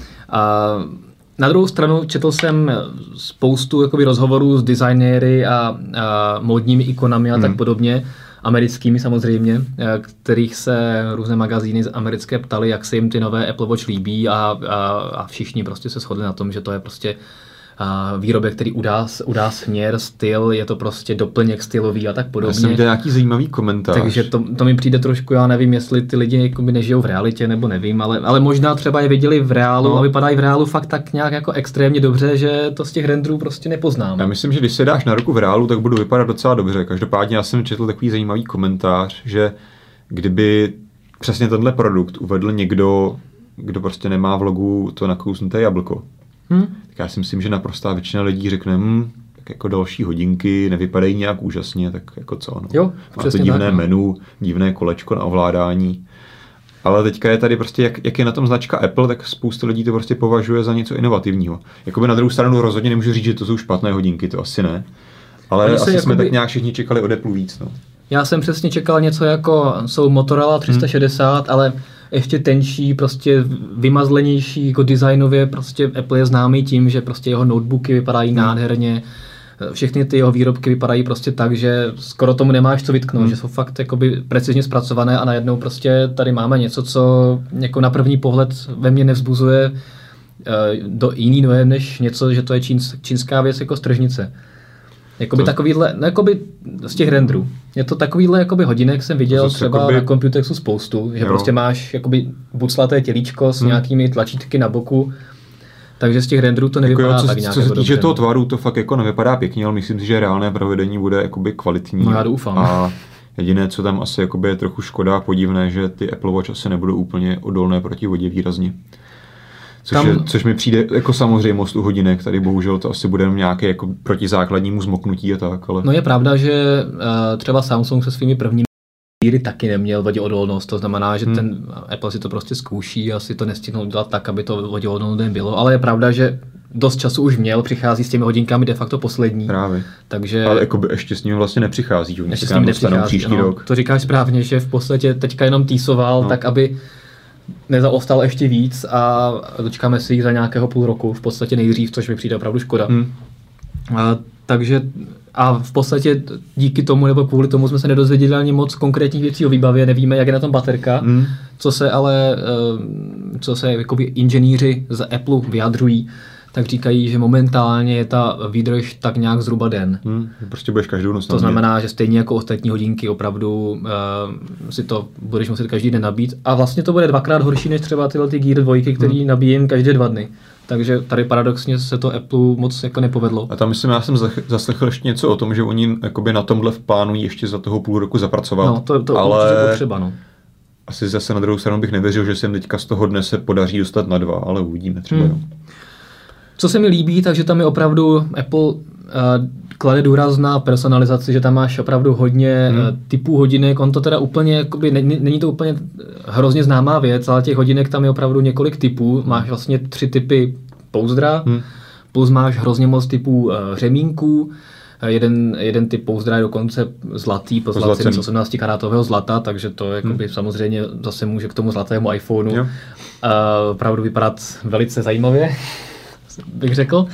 A na druhou stranu četl jsem spoustu jakoby, rozhovorů s designéry a, a módními ikonami a hmm. tak podobně, americkými samozřejmě, kterých se různé magazíny americké ptali, jak se jim ty nové Apple Watch líbí a, a, a všichni prostě se shodli na tom, že to je prostě a výrobek, který udá, udá směr, styl, je to prostě doplněk stylový a tak podobně. Já jsem viděl nějaký zajímavý komentář. Takže to, to mi přijde trošku, já nevím, jestli ty lidi jakoby nežijou v realitě, nebo nevím, ale, ale možná třeba je viděli v reálu no. a vypadají v reálu fakt tak nějak jako extrémně dobře, že to z těch renderů prostě nepoznám. Já myslím, že když se dáš na ruku v reálu, tak budou vypadat docela dobře. Každopádně já jsem četl takový zajímavý komentář, že kdyby přesně tenhle produkt uvedl někdo, kdo prostě nemá v logu to nakousnuté jablko, Hmm? tak já si myslím, že naprostá většina lidí řekne, hm, tak jako další hodinky nevypadají nějak úžasně, tak jako co, no. Jo, má to divné tak, menu, divné kolečko na ovládání. Ale teďka je tady prostě, jak, jak je na tom značka Apple, tak spousta lidí to prostě považuje za něco inovativního. Jakoby na druhou stranu rozhodně nemůžu říct, že to jsou špatné hodinky, to asi ne. Ale asi jakoby... jsme tak nějak všichni čekali od Apple víc, no. Já jsem přesně čekal něco jako, jsou Motorola tři sta šedesát, hmm. ale ještě tenčí, prostě vymazlenější, jako designově, prostě Apple je známý tím, že prostě jeho notebooky vypadají hmm. nádherně, všechny ty jeho výrobky vypadají prostě tak, že skoro tomu nemáš co vytknout, hmm. že jsou fakt jakoby precizně zpracované a najednou prostě tady máme něco, co jako na první pohled ve mně nevzbuzuje uh, do jiný dojem, než něco, že to je číns, čínská věc jako stržnice. Jakoby to... takovýhle, no jakoby z těch renderů. Je to takovýhle jakoby hodinek jsem viděl třeba jakoby... na Computexu spoustu, že jo. prostě máš jakoby buclaté tělíčko s hmm. nějakými tlačítky na boku, takže z těch renderů to nevypadá jako jo, co, tak nějak. Co se jako týče dobře. toho tvaru, to fakt jako nevypadá pěkně, ale myslím si, že reálné provedení bude jakoby kvalitní. No já doufám. A jediné, co tam asi jakoby je trochu škoda a podivné, že ty Apple Watch asi nebudou úplně odolné proti vodě výrazně. Což, tam... je, což mi přijde jako samozřejmost u hodinek, tady bohužel to asi bude nějaké jako proti základnímu zmoknutí a tak, ale... No je pravda, že uh, třeba Samsung se svými prvními díry taky neměl voděodolnost, to znamená, že hmm. ten Apple si to prostě zkouší a si to nestihnul dělat tak, aby to voděodolné bylo, ale je pravda, že dost času už měl, přichází s těmi hodinkami de facto poslední. Právě. Takže... Ale jako by ještě s ním vlastně nepřichází, že ještě s ním nepřichází, příští no, rok. To říkáš správně, že v podstatě teďka jenom týsoval, no. tak aby nezaostal ještě víc a dočkáme si ji za nějakého půl roku, v podstatě nejdřív, což mi přijde opravdu škoda. Hmm. A, takže a v podstatě díky tomu nebo kvůli tomu jsme se nedozvěděli ani moc konkrétních věcí o výbavě, nevíme, jak je na tom baterka, hmm. co se ale, co se jakoby inženýři z Apple vyjadřují, tak říkají, že momentálně je ta výdrž tak nějak zhruba den. Hmm, prostě budeš každou noc. To znamená, že stejně jako ostatní hodinky opravdu uh, si to budeš muset každý den nabít. A vlastně to bude dvakrát horší než třeba tyhle ty Gear dva, který hmm. nabíjím každé dva dny. Takže tady paradoxně se to Apple moc jako nepovedlo. A tam myslím, já jsem zaslechl ještě něco o tom, že oni jakoby na tomhle plánují ještě za toho půl roku zapracovat. No, to, to ale určitě potřeba, no. Asi zase na druhou stranu bych nevěřil, že se jim teďka z toho dne se podaří dostat na dva, ale uvidíme třeba. Hmm. Co se mi líbí, takže tam je opravdu Apple uh, klade důraz na personalizaci, že tam máš opravdu hodně hmm. uh, typů hodinek. On to teda úplně, jakoby, ne, není to úplně hrozně známá věc, ale těch hodinek tam je opravdu několik typů. Máš vlastně tři typy pouzdra, hmm. plus máš hrozně moc typů uh, řemínků. Jeden, jeden typ pouzdra je dokonce zlatý, pozlacený z osmnáct karátového zlata, takže to jakoby, hmm. samozřejmě zase může k tomu zlatému iPhoneu uh, opravdu vypadat velice zajímavě, bych řekl.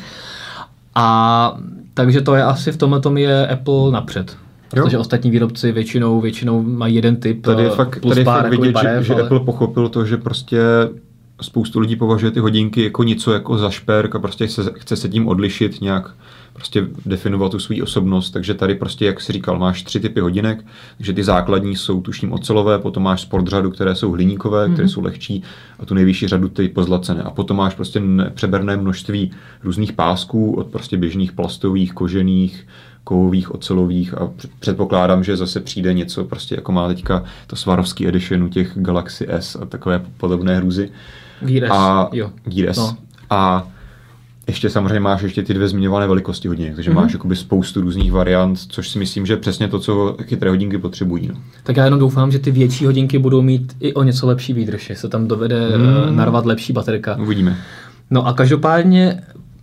A takže to je asi v tomhle tom je Apple napřed. Protože jo. ostatní výrobci většinou, většinou mají jeden typ. Tady je fakt, plus tady pár fakt vidět, barev, že, ale... že Apple pochopil to, že prostě spoustu lidí považuje ty hodinky jako něco jako za šperk a prostě se, chce se tím odlišit, nějak prostě definovat tu svou osobnost. Takže tady prostě, jak jsi říkal, máš tři typy hodinek, takže ty základní jsou tuším ocelové, potom máš sport řadu, které jsou hliníkové, mm-hmm. které jsou lehčí a tu nejvyšší řadu ty pozlacené. A potom máš prostě nepřeberné množství různých pásků od prostě běžných plastových, kožených, kovových, ocelových a předpokládám, že zase přijde něco prostě jako má teďka to Swarovski edition u těch Galaxy S a takové podobné hrůzy. Gear S, a jo. Gear S. No. A ještě samozřejmě máš ještě ty dvě zmiňované velikosti hodinek, takže mm-hmm. máš jakoby spoustu různých variant, což si myslím, že je přesně to, co chytré hodinky potřebují. No. Tak já jenom doufám, že ty větší hodinky budou mít i o něco lepší výdrž, že se tam dovede mm. narvat lepší baterka. Uvidíme. No a každopádně,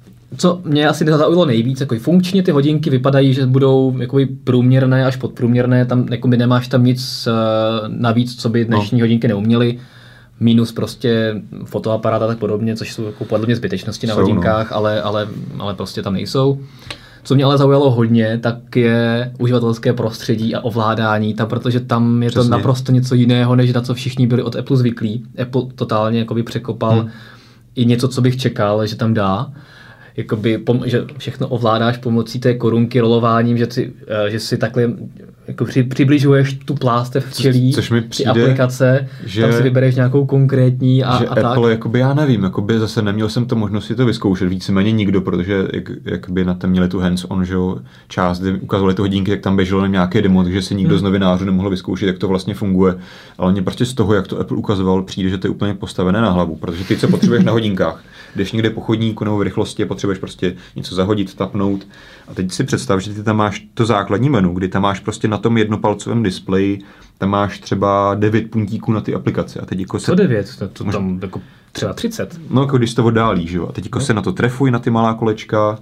co mě asi zaujalo nejvíc, jako funkčně ty hodinky vypadají, že budou jakoby průměrné až podprůměrné, tam jakoby nemáš tam nic navíc, co by dnešní no. hodinky neuměly. Minus prostě fotoaparát a tak podobně, což jsou jako podle mě zbytečnosti na jsou, hodinkách, no. ale, ale, ale prostě tam nejsou. Co mě ale zaujalo hodně, tak je uživatelské prostředí a ovládání, tam, protože tam je Přesně. to naprosto něco jiného, než na co všichni byli od Apple zvyklí. Apple totálně jakoby překopal hmm. i něco, co bych čekal, že tam dá. Jakoby, že všechno ovládáš pomocí té korunky rolováním, že si, že si takhle jako při, přibližuješ tu plástev včelí, což mi přijde, ty aplikace, že, tam si vybereš nějakou konkrétní a, že a tak. Apple, jakoby, já nevím, jakoby zase neměl jsem to možnost si to vyzkoušet, víceméně nikdo, protože jak, jakoby na tom měli tu hands-on že, část, kdy ukazovali ty hodinky, jak tam běželo na nějaké demo, takže si nikdo hmm. z novinářů nemohl vyzkoušet, jak to vlastně funguje. Ale mě prostě z toho, jak to Apple ukazoval, přijde, že to je úplně postavené na hlavu, protože ty, co potřebuješ na hodinkách, jdeš někde po chodníku nebo v rychlosti, potřebuješ prostě něco zahodit, tapnout. A teď si představ, že ty tam máš to základní menu, kdy tam máš prostě na tom jednopalcovém displeji, tam máš třeba devět puntíků na ty aplikace. A teď jako se... Co devět? To, to tam jako třeba třicet. No, jako když to oddálí, že jo. A teď jako no. se na to trefuj na ty malá kolečka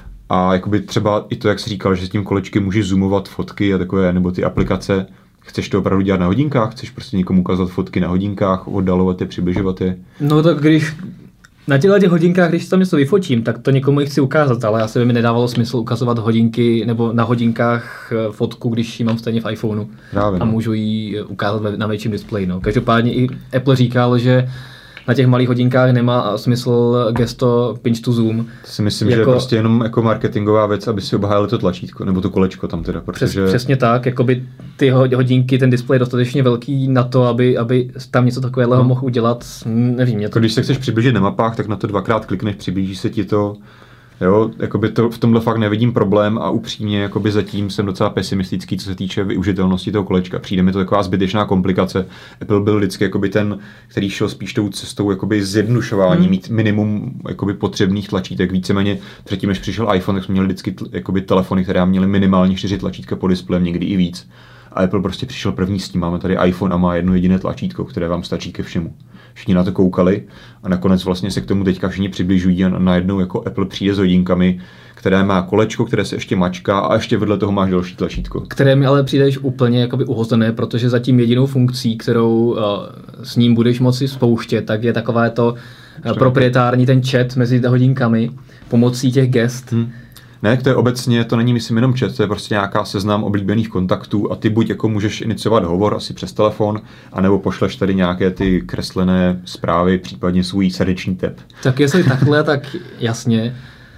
a jakoby třeba i to, jak jsi říkal, že s tím kolečky můžeš zoomovat fotky a takové, nebo ty aplikace. Chceš to opravdu dělat na hodinkách? Chceš prostě někomu ukázat fotky na hodinkách, oddalovat je, přibližovat je? No tak když na těchto hodinkách, když tam něco vyfotím, tak to někomu chci ukázat, ale asi by mi nedávalo smysl ukazovat hodinky nebo na hodinkách fotku, když ji mám stejně v iPhoneu. Právě, a můžu ji ukázat na větším displeji. No. Každopádně i Apple říkal, že na těch malých hodinkách nemá smysl gesto pinch to zoom. To si myslím, jako, že je prostě jenom jako marketingová věc, aby si obhájili to tlačítko, nebo to kolečko tam teda. Protože... Přes, přesně tak, jakoby ty hodinky, ten displej je dostatečně velký na to, aby, aby tam něco takového no. mohl udělat, nevím. Mě to... Když se chceš přiblížit na mapách, tak na to dvakrát klikneš, přiblíží se ti to. Jo, jakoby to, v tomhle fakt nevidím problém a upřímně jakoby zatím jsem docela pesimistický, co se týče využitelnosti toho kolečka. Přijde mi to taková zbytečná komplikace. Apple byl vždycky jakoby ten, který šel spíš tou cestou jakoby zjednodušování, hmm. mít minimum jakoby potřebných tlačítek. Víceméně předtím, než přišel iPhone, tak jsme měli vždycky tl, jakoby telefony, které měly minimálně čtyři tlačítka pod displejem, někdy i víc. A Apple prostě přišel první s tím. Máme tady iPhone a má jedno jediné tlačítko, které vám stačí ke všemu. Všichni na to koukali a nakonec vlastně se k tomu teďka všichni přibližují a najednou jako Apple přijde s hodinkami, které má kolečko, které se ještě mačká a ještě vedle toho máš další tlačítko. Které mi ale přijdeš úplně jakoby uhozené, protože zatím jedinou funkcí, kterou uh, s ním budeš moci spouštět, tak je takové to uh, proprietární ten chat mezi hodinkami pomocí těch gest. Hmm. Ne, to je obecně, to není myslím jenom chat, to je prostě nějaká seznam oblíbených kontaktů a ty buď jako můžeš iniciovat hovor asi přes telefon, anebo pošleš tady nějaké ty kreslené zprávy, případně svůj srdeční tep. Tak jestli takhle, tak jasně,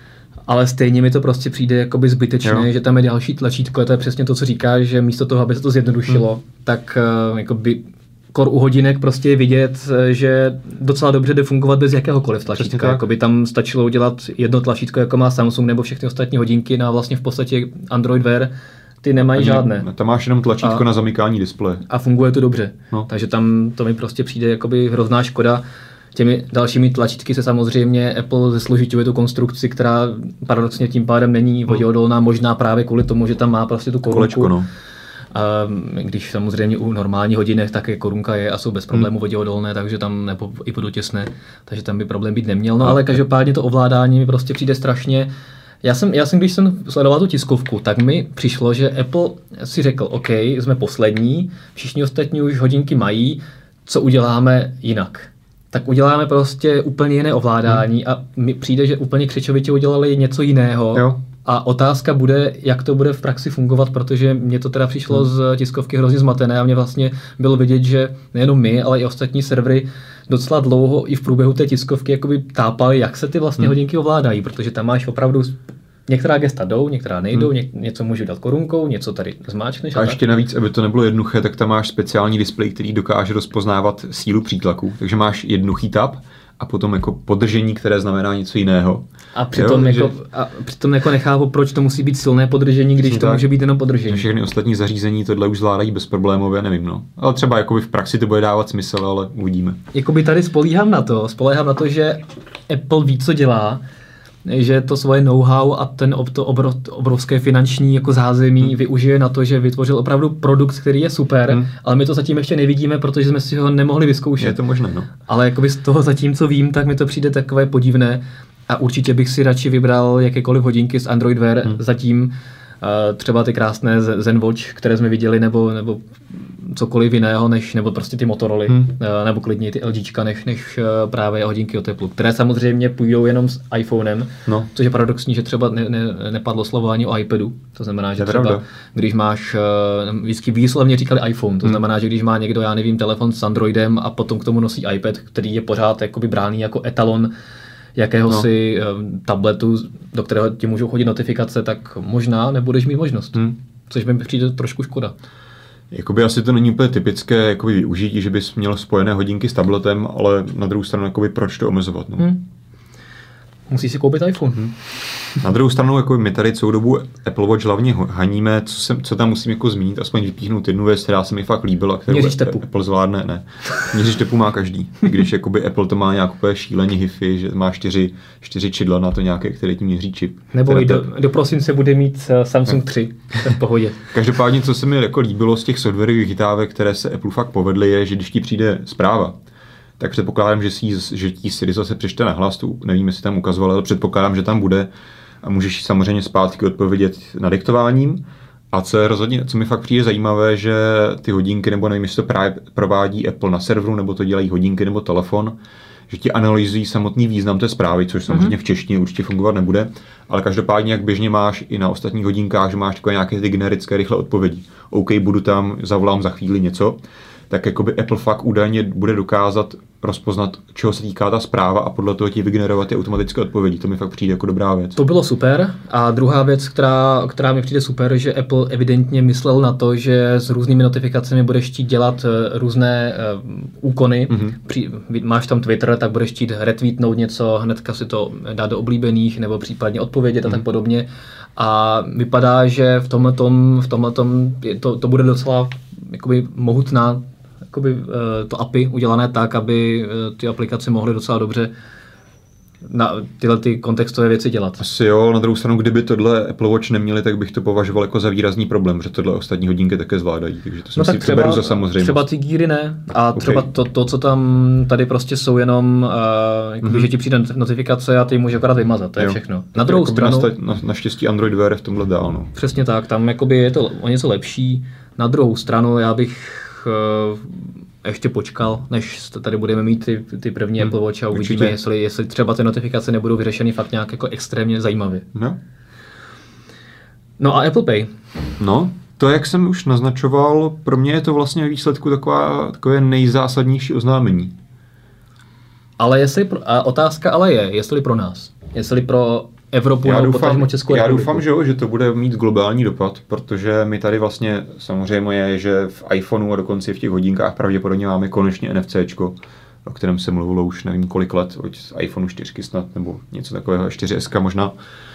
ale stejně mi to prostě přijde jakoby zbytečné, jo. Že tam je další tlačítko, to je přesně to, co říkáš, že místo toho, aby se to zjednodušilo, hmm. tak uh, jakoby kor u hodinek prostě je vidět, že docela dobře jde fungovat bez jakéhokoliv tlačítka. Jakoby tam stačilo udělat jedno tlačítko, jako má Samsung nebo všechny ostatní hodinky, no a vlastně v podstatě Android Wear ty nemají Ani, žádné. Tam máš jenom tlačítko a, na zamykání displeje. A funguje to dobře. No. Takže tam to mi prostě přijde jakoby hrozná škoda. Těmi dalšími tlačítky se samozřejmě Apple zesložiťuje tu konstrukci, která paradoxně tím pádem není voděodolná, možná právě kvůli tomu, že tam má prostě tu korunku. Kolečko, no. A když samozřejmě u normálních hodinek také korunka je a jsou bez problémů hmm. voděodolné, takže tam nebo i podotěsné, takže tam by problém být neměl. No ale každopádně to ovládání mi prostě přijde strašně. Já jsem, já jsem, když jsem sledoval tu tiskovku, tak mi přišlo, že Apple si řekl, OK, jsme poslední, všichni ostatní už hodinky mají, co uděláme jinak. Tak uděláme prostě úplně jiné ovládání hmm. a mi přijde, že úplně křečovitě udělali něco jiného. Jo. A otázka bude, jak to bude v praxi fungovat, protože mně to teda přišlo hmm. z tiskovky hrozně zmatené a mě vlastně bylo vidět, že nejenom my, ale i ostatní servery docela dlouho i v průběhu té tiskovky jakoby tápali, jak se ty vlastně hmm. hodinky ovládají, protože tam máš opravdu některá gesta jdou, některá nejdou, hmm. ně, něco můžu dát korunkou, něco tady zmáčkneš. A, a ještě navíc, aby to nebylo jednoduché, tak tam máš speciální displej, který dokáže rozpoznávat sílu přítlaku. Takže máš jednoduchý tap a potom jako podržení, které znamená něco jiného. A přitom, jo, jako, že... a přitom jako nechápu, proč to musí být silné podržení, když to tak, může být jenom podržení. Všechny ostatní zařízení tohle už zvládají bezproblémově, nevím, no. Ale třeba jakoby v praxi to bude dávat smysl, ale uvidíme. Jakoby tady spolíhám na to, spolíhám na to, že Apple ví, co dělá, že to svoje know-how a ten to obrov, obrovské finanční jako zázemí hmm. využije na to, že vytvořil opravdu produkt, který je super, hmm. ale my to zatím ještě nevidíme, protože jsme si ho nemohli vyzkoušet. Je to možné, no. Ale jakoby z toho zatím, co vím, tak mi to přijde takové podivné a určitě bych si radši vybral jakékoliv hodinky z Android Wear hmm. zatím, uh, třeba ty krásné Zen Watch, které jsme viděli, nebo, nebo cokoliv jiného, než, nebo prostě ty Motorola, hmm. nebo klidně ty LGčka, než, než právě hodinky o teplu, které samozřejmě půjdou jenom s iPhonem, no. Což je paradoxní, že třeba ne, ne, nepadlo slovo ani o iPadu, to znamená, že je třeba, pravda. Když máš, vždycky výslovně říkali iPhone, to hmm. znamená, že když má někdo, já nevím, telefon s Androidem a potom k tomu nosí iPad, který je pořád jakoby bráný jako etalon jakéhosi no. tabletu, do kterého ti můžou chodit notifikace, tak možná nebudeš mít možnost, hmm. což mi přijde trošku škoda. Jakoby asi to není úplně typické jakoby využití, že bys měl spojené hodinky s tabletem, ale na druhou stranu jakoby proč to omezovat? No? Hmm. Musíš si koupit iPhone. Hmm. Na druhou stranu jako my tady celou dobu Apple Watch hlavně haníme, co, se, co tam musím jako zmínit, aspoň vypíchnout jednu věc, která se mi fakt líbila, kterou Apple zvládne, ne. Měřič tepu má každý. Když jakoby Apple to má nějak úplně šíleně hi-fi, že má čtyři, čtyři čidla na to nějaké, které ti měří čip. Nebo i do, do prosince bude mít Samsung tři, v pohodě. Každopádně, co se mi jako líbilo z těch softwarových chytávek, které se Apple fakt povedly, je, že když ti přijde zpráva, tak předpokládám, že, si, že tí Siri zase přečte na hlas, tu nevím, jestli tam ukazoval, ale předpokládám, že tam bude a můžeš samozřejmě zpátky odpovědět nadiktováním. A co je rozhodně, co mi fakt přijde zajímavé, že ty hodinky, nebo nevím, jestli to právě provádí Apple na serveru, nebo to dělají hodinky nebo telefon, že ti analyzují samotný význam té zprávy, což samozřejmě mm-hmm. v češtině určitě fungovat nebude, ale každopádně, jak běžně máš i na ostatních hodinkách, že máš takové nějaké ty generické rychlé odpovědi. OK, budu tam, zavolám za chvíli něco, tak jakoby Apple fakt údajně bude dokázat rozpoznat, čeho se týká ta zpráva a podle toho ti vygenerovat ty automatické odpovědi. To mi fakt přijde jako dobrá věc. To bylo super. A druhá věc, která, která mi přijde super, že Apple evidentně myslel na to, že s různými notifikacemi budeš chtít dělat různé uh, úkony. Mm-hmm. Při, máš tam Twitter, tak budeš chtít retweetnout něco, hnedka si to dát do oblíbených, nebo případně odpovědět mm-hmm. a tak podobně. A vypadá, že v tomhletom, v tomhletom to, to bude docela jakoby mohutná jakoby, to A P I udělané tak, aby ty aplikace mohly docela dobře na tyhle ty kontextové věci dělat. Asi jo, na druhou stranu, kdyby tohle Apple Watch neměli, tak bych to považoval jako za výrazný problém, že tohle ostatní hodinky také zvládají, takže to si no třeba, beru za samozřejmost. Třeba ty gíry ne a okay. třeba to, to, co tam tady prostě jsou jenom, uh, jako mm-hmm. že ti přijde notifikace a ty může akorát vymazat, to je jo. všechno. Na druhou stranu... Na, naštěstí Android Wear je v tomhle dál, no. Přesně tak, tam jakoby je to o něco lepší. Na druhou stranu já bych uh, ještě počkal, než tady budeme mít ty, ty první hmm, Apple Watch a uvidíme, jestli, jestli třeba ty notifikace nebudou vyřešeny fakt nějak jako extrémně zajímavě. No. No a Apple Pay? No, to, jak jsem už naznačoval, pro mě je to vlastně ve výsledku taková, takové nejzásadnější oznámení. Ale jestli, a otázka ale je, jestli pro nás, jestli pro Evropu já nebo doufám, potažmo Českou já republiku. doufám, že, jo, že to bude mít globální dopad, protože my tady vlastně samozřejmě je, že v iPhoneu a dokonce v těch hodinkách pravděpodobně máme konečně NFCčko, o kterém se mluvilo už nevím kolik let, od iPhoneu čtyři snad, nebo něco takového, čtyři S možná.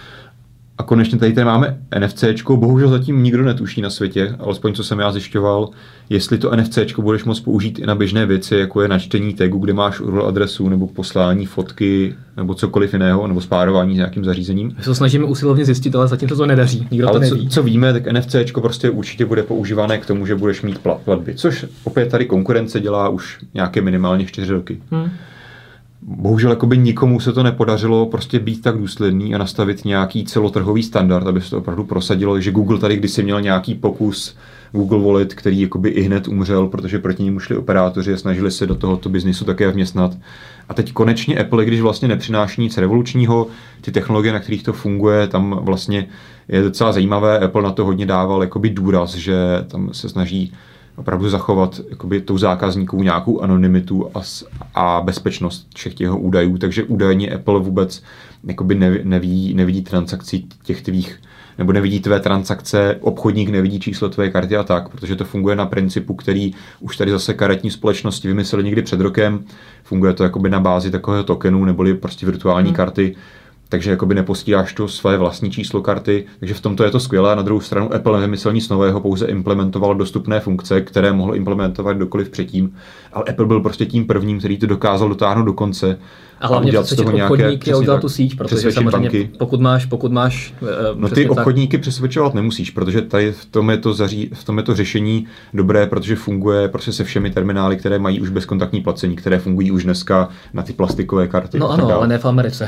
A konečně tady tady máme NFCčko, bohužel zatím nikdo netuší na světě, alespoň co jsem já zjišťoval, jestli to NFCčko budeš moct použít i na běžné věci, jako je načtení tagu, kde máš U R L adresu, nebo poslání fotky, nebo cokoliv jiného, nebo spárování s nějakým zařízením. My se snažíme usilovně zjistit, ale zatím to, to nedaří, nikdo ale to neví. Co, co víme, tak NFCčko prostě určitě bude používané k tomu, že budeš mít platby, což opět tady konkurence dělá už nějaké minimálně čtyři roky. Hmm. Bohužel jakoby nikomu se to nepodařilo prostě být tak důsledný a nastavit nějaký celotrhový standard, aby se to opravdu prosadilo, že Google tady kdysi měl nějaký pokus Google Wallet, který jakoby i hned umřel, protože proti němu šli operátoři a snažili se do tohoto biznisu také vměstnat. A teď konečně Apple, když vlastně nepřináší nic revolučního, ty technologie, na kterých to funguje, tam vlastně je docela zajímavé. Apple na to hodně dával jakoby důraz, že tam se snaží opravdu zachovat jakoby tou zákazníků nějakou anonymitu a, a bezpečnost všech jeho údajů, takže údajně Apple vůbec jakoby neví, neví, nevidí transakci těch tvých, nebo nevidí tvé transakce, obchodník nevidí číslo tvé karty a tak, protože to funguje na principu, který už tady zase karetní společnosti vymysleli někdy před rokem, funguje to jakoby na bázi takového tokenu, neboli prostě virtuální hmm. karty, takže jakoby neposíláš to své vlastní číslo karty, takže v tomto je to skvělé. Na druhou stranu Apple nevymyslel nic nového, pouze implementoval dostupné funkce, které mohl implementovat kdokoliv předtím, ale Apple byl prostě tím prvním, který to dokázal dotáhnout do konce. A hlavně přesvědčit obchodníky a udělat tu síť, protože samozřejmě banky. pokud máš, pokud máš no ty obchodníky tak... přesvědčovat nemusíš, protože tady v tom je to zaří, v tom je to řešení dobré, protože funguje prostě se všemi terminály, které mají už bezkontaktní placení, které fungují už dneska na ty plastikové karty. No ano, ale ne v Americe.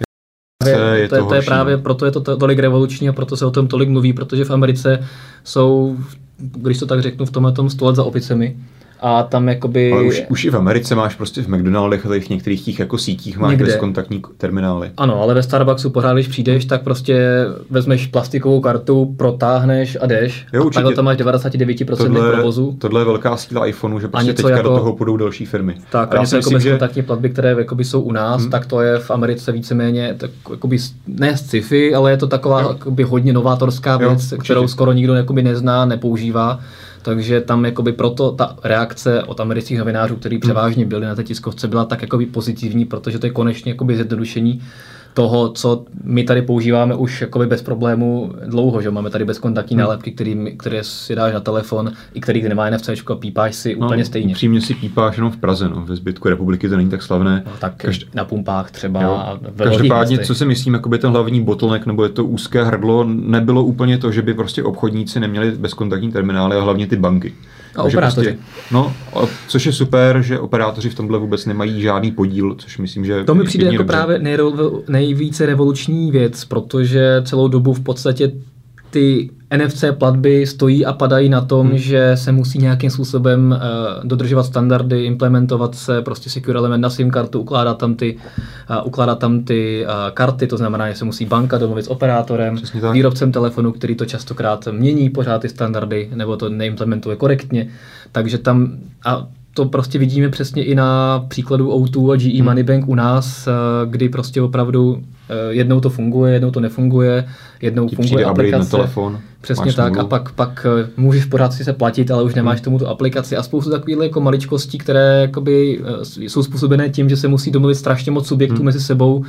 Je to, je, to je právě, proto je to tolik revoluční a proto se o tom tolik mluví, protože v Americe jsou, když to tak řeknu, v tomhle tom sto let za opicemi. A tam jakoby... Ale už, už i v Americe máš prostě v McDonaldech a v některých těch jako sítích máš někde bezkontaktní terminály. Ano, ale ve Starbucksu pořád, když přijdeš, tak prostě vezmeš plastikovou kartu, protáhneš a jdeš. Jo, a takhle tam máš devadesát devět procent tohle, provozu. Tohle je velká síla iPhoneu, že prostě teďka jako, do toho půjdou další firmy. Tak, a něco jako bezkontaktní že... platby, které jakoby jsou u nás, hmm. tak to je v Americe víceméně tak, jakoby, ne sci-fi, ale je to taková jakoby, hodně novátorská věc, jo, kterou skoro nikdo jakoby, nezná, nepoužívá. Takže tam jakoby proto ta reakce od amerických novinářů, kteří převážně byli na té tiskovce, byla tak jakoby pozitivní, protože to je konečně jakoby zjednodušení toho, co my tady používáme už jakoby bez problému dlouho, že máme tady bezkontaktní hmm. nálepky, který, které si dáš na telefon, i který nemá NFCčko a pípáš si no, úplně stejně. Upřímně si pípáš jenom v Praze, no. Ve zbytku republiky to není tak slavné. No, tak Každ... na pumpách třeba. Jo. Každopádně, co si myslím, jakoby ten hlavní bottleneck, nebo je to úzké hrdlo, nebylo úplně to, že by prostě obchodníci neměli bezkontaktní terminály, a hlavně ty banky. A operátoři. Prostě, no, což je super, že operátoři v tomhle vůbec nemají žádný podíl, což myslím, že... To mi přijde jako dobře. Právě nejro, nejvíce revoluční věc, protože celou dobu v podstatě ty N F C platby stojí a padají na tom, hmm. že se musí nějakým způsobem uh, dodržovat standardy, implementovat se prostě secure element na SIM kartu, ukládat tam ty ukládat tam ty karty, to znamená, že se musí banka domluvit s operátorem, výrobcem telefonu, který to častokrát mění pořád ty standardy, nebo to neimplementuje korektně, takže tam a to prostě vidíme přesně i na příkladu O dva a G E hmm. Moneybank u nás, kdy prostě opravdu jednou to funguje, jednou to nefunguje, jednou Ti funguje aplikace. Na telefon, přesně tak smůlu. A pak, pak můžeš pořád si se platit, ale už nemáš hmm. tomu tu aplikaci a spoustu takových jako maličkostí, které jakoby jsou způsobené tím, že se musí domluvit strašně moc subjektů hmm. mezi sebou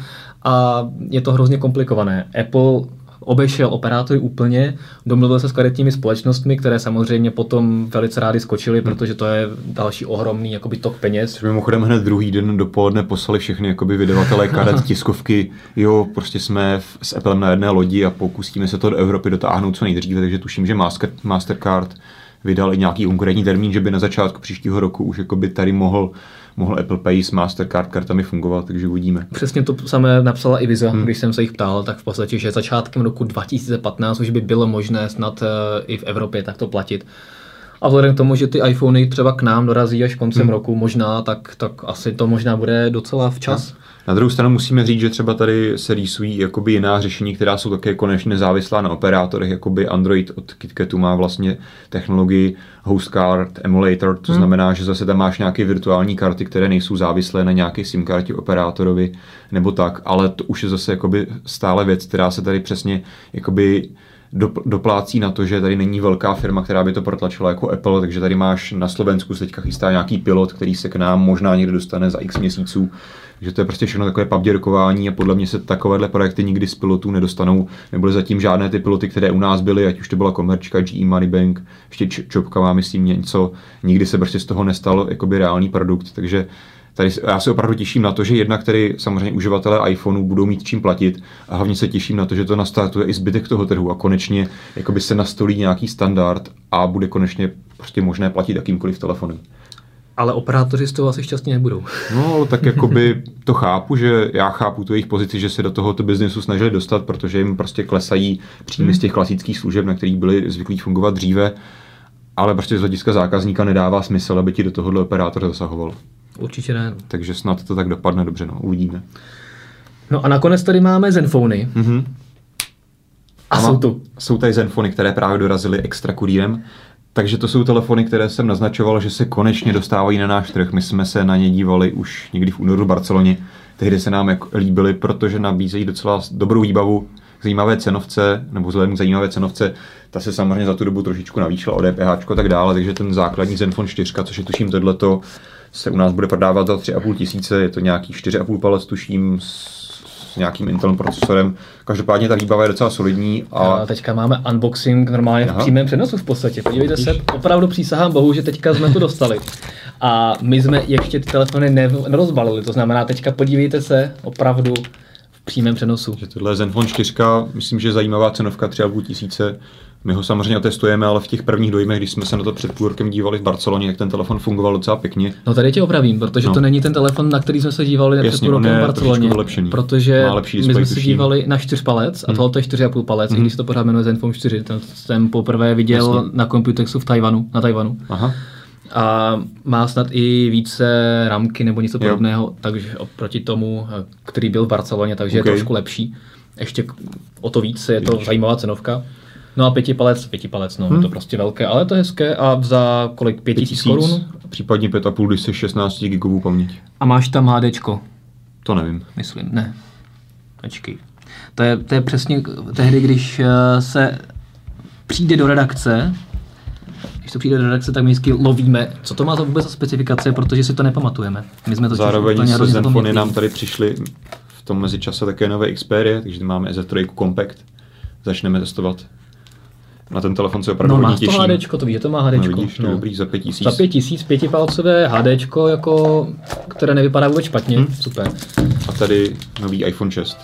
a je to hrozně komplikované. Apple obešel operátory úplně, domluvil se s karetními společnostmi, které samozřejmě potom velice rádi skočily, hmm. protože to je další ohromný jakoby tok peněz. Mimochodem hned druhý den dopoledne poslali všechny jakoby vydavatelé karet, tiskovky, jo, prostě jsme v, s Applem na jedné lodi a pokusíme se to do Evropy dotáhnout co nejdříve, takže tuším, že Master, Mastercard vydal i nějaký konkrétní termín, že by na začátku příštího roku už jakoby tady mohl mohl Apple Pay s Mastercard kartami fungovat, takže uvidíme. Přesně to samé napsala i Visa, hmm. když jsem se jich ptal, tak v podstatě, že začátkem roku dva tisíce patnáct už by bylo možné snad uh, i v Evropě takto platit. A vzhledem k tomu, že ty iPhony třeba k nám dorazí až koncem hmm. roku možná, tak, tak asi to možná bude docela včas. No. Na druhou stranu musíme říct, že třeba tady se rýsují jakoby jiná řešení, která jsou také konečně nezávislá na operátorech, jakoby Android od KitKatu má vlastně technologii Host Card Emulator, to hmm. znamená, že zase tam máš nějaké virtuální karty, které nejsou závislé na nějaké SIM kartě operátorovi nebo tak, ale to už je zase jakoby stále věc, která se tady přesně jakoby doplácí na to, že tady není velká firma, která by to protlačila jako Apple, takže tady máš na Slovensku se teďka chystá nějaký pilot, který se k nám možná někde dostane za x měsíců. Takže to je prostě všechno takové pabděrkování a podle mě se takovéhle projekty nikdy z pilotů nedostanou. Nebyly zatím žádné ty piloty, které u nás byly, ať už to byla Komerčka, G E Moneybank, ještě Čopka má myslím něco. Nikdy se prostě z toho nestal jakoby reálný produkt, takže tady já se opravdu těším na to, že jednak tady samozřejmě uživatelé iPhoneu budou mít čím platit a hlavně se těším na to, že to nastartuje i zbytek toho trhu a konečně jakoby se nastolí nějaký standard a bude konečně prostě možné platit jakýmkoliv telefonem. Ale operátoři z toho asi šťastní nebudou. No, tak jakoby to chápu, že já chápu tu jejich pozici, že se do tohoto biznesu snažili dostat, protože jim prostě klesají příjmy hmm. z těch klasických služeb, na kterých byli zvyklí fungovat dříve, ale prostě z hlediska zákazníka nedává smysl, aby ti do tohohle operátor zasahoval. Určitě ne. Takže snad to tak dopadne dobře, no, uvidíme. No a nakonec tady máme Zenfony. Mm-hmm. A, a jsou tu. Jsou tady Zenfony, které právě dorazily extra kurýrem. Takže to jsou telefony, které jsem naznačoval, že se konečně dostávají na náš trh. My jsme se na ně dívali už někdy v únoru v Barceloně. Tehdy se nám jako líbily, protože nabízejí docela dobrou výbavu, zajímavé cenovce, nebo vzhledem k zajímavé cenovce. Ta se samozřejmě za tu dobu trošičku navýšila o D P H a tak dále, takže ten základní Zenfone čtyři, což je tuším tohleto, se u nás bude prodávat za tři a půl tisíce, je to nějaký čtyři a půl palec tuším s nějakým Intelem procesorem. Každopádně ta výbava je docela solidní. A, a teďka máme unboxing normálně Aha. v přímém přenosu v podstatě. Podívejte Víš? se, opravdu přísahám bohu, že teďka jsme to dostali. A my jsme ještě ty telefony nerozbalili, to znamená teďka podívejte se opravdu v přímém přenosu. Že tohle je Zenfone čtyři, myslím, že zajímavá cenovka tři a půl tisíce. My ho samozřejmě otestujeme, ale v těch prvních dojmech, když jsme se na to před půl rokem dívali v Barceloně, tak ten telefon fungoval docela pěkně. No tady tě opravím, protože no. to není ten telefon, na který jsme se dívali Jasně, před půl rokem v Barceloně, protože my jsme se dívali na čtyř palec a hmm. tohle je čtyři a půl palec, hmm. i když se to pořád jmenuje Zenfone čtyři. Ten jsem poprvé viděl Jasně. na Computexu v Tajvanu, na Tajvanu. Aha. A má snad i více ramky nebo něco podobného, takže oproti tomu, který byl v Barceloně, takže okay. je trošku lepší. Ještě o to víc je to zajímavá cenovka. No a pěti palec, pěti palec, no, hmm. je to prostě velké, ale to je hezké a za kolik, pět tisíc korun? Případně pět a půl, když jsi šestnáct gigovou paměť. A máš tam HDčko? To nevím. Myslím, ne. Počkej. To je, to je přesně tehdy, když se přijde do redakce, když to přijde do redakce, tak my vždycky lovíme, co to má za vůbec za specifikace, protože si to nepamatujeme. My jsme to Zároveň se Zenfony nám tady přišly v tom mezičase také nové Xperia, takže máme E Z tři Compact. Začneme testovat. Na ten telefon se opravdu no, hodně těším. No má to HDčko, to víš, že to má HDčko. No vidíš, to no. dobrý, za pět tisíc. Za pět tisíc, pětipalcové HDčko, jako, které nevypadá vůbec špatně, hmm. super. A tady nový iPhone šest.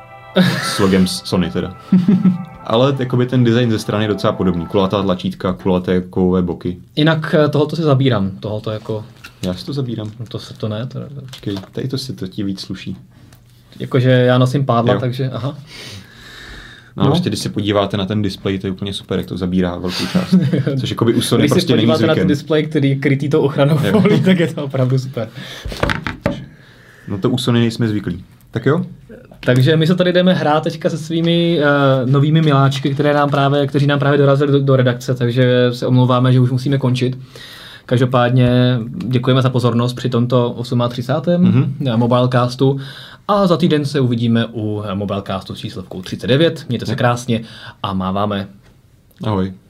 S logem Sony teda. Ale jakoby ten design ze strany je docela podobný. Kulatá tlačítka, kulaté kovové boky. Jinak tohoto si zabírám, tohoto jako... Já si to zabírám. No to se to ne. To... Počkej, tady to si to ti víc sluší. Jakože já nosím pádla, jo. takže aha. No, no. Ještě když se podíváte na ten displej, to je úplně super, jak to zabírá velkou část. Což jakoby u Sony prostě není zvykem. Když se podíváte na ten displej, který je krytý tou ochranou folí, tak je to opravdu super. No to u Sony nejsme zvyklí. Tak jo. Takže my se tady jdeme hrát teďka se svými uh, novými miláčky, které nám právě, kteří nám právě dorazili do, do redakce, takže se omlouváme, že už musíme končit. Každopádně děkujeme za pozornost při tomto třicátém osmém Mm-hmm. Mobilecastu a za týden se uvidíme u Mobilecastu s číslovkou třicet devět. Mějte se krásně a máváme. Ahoj.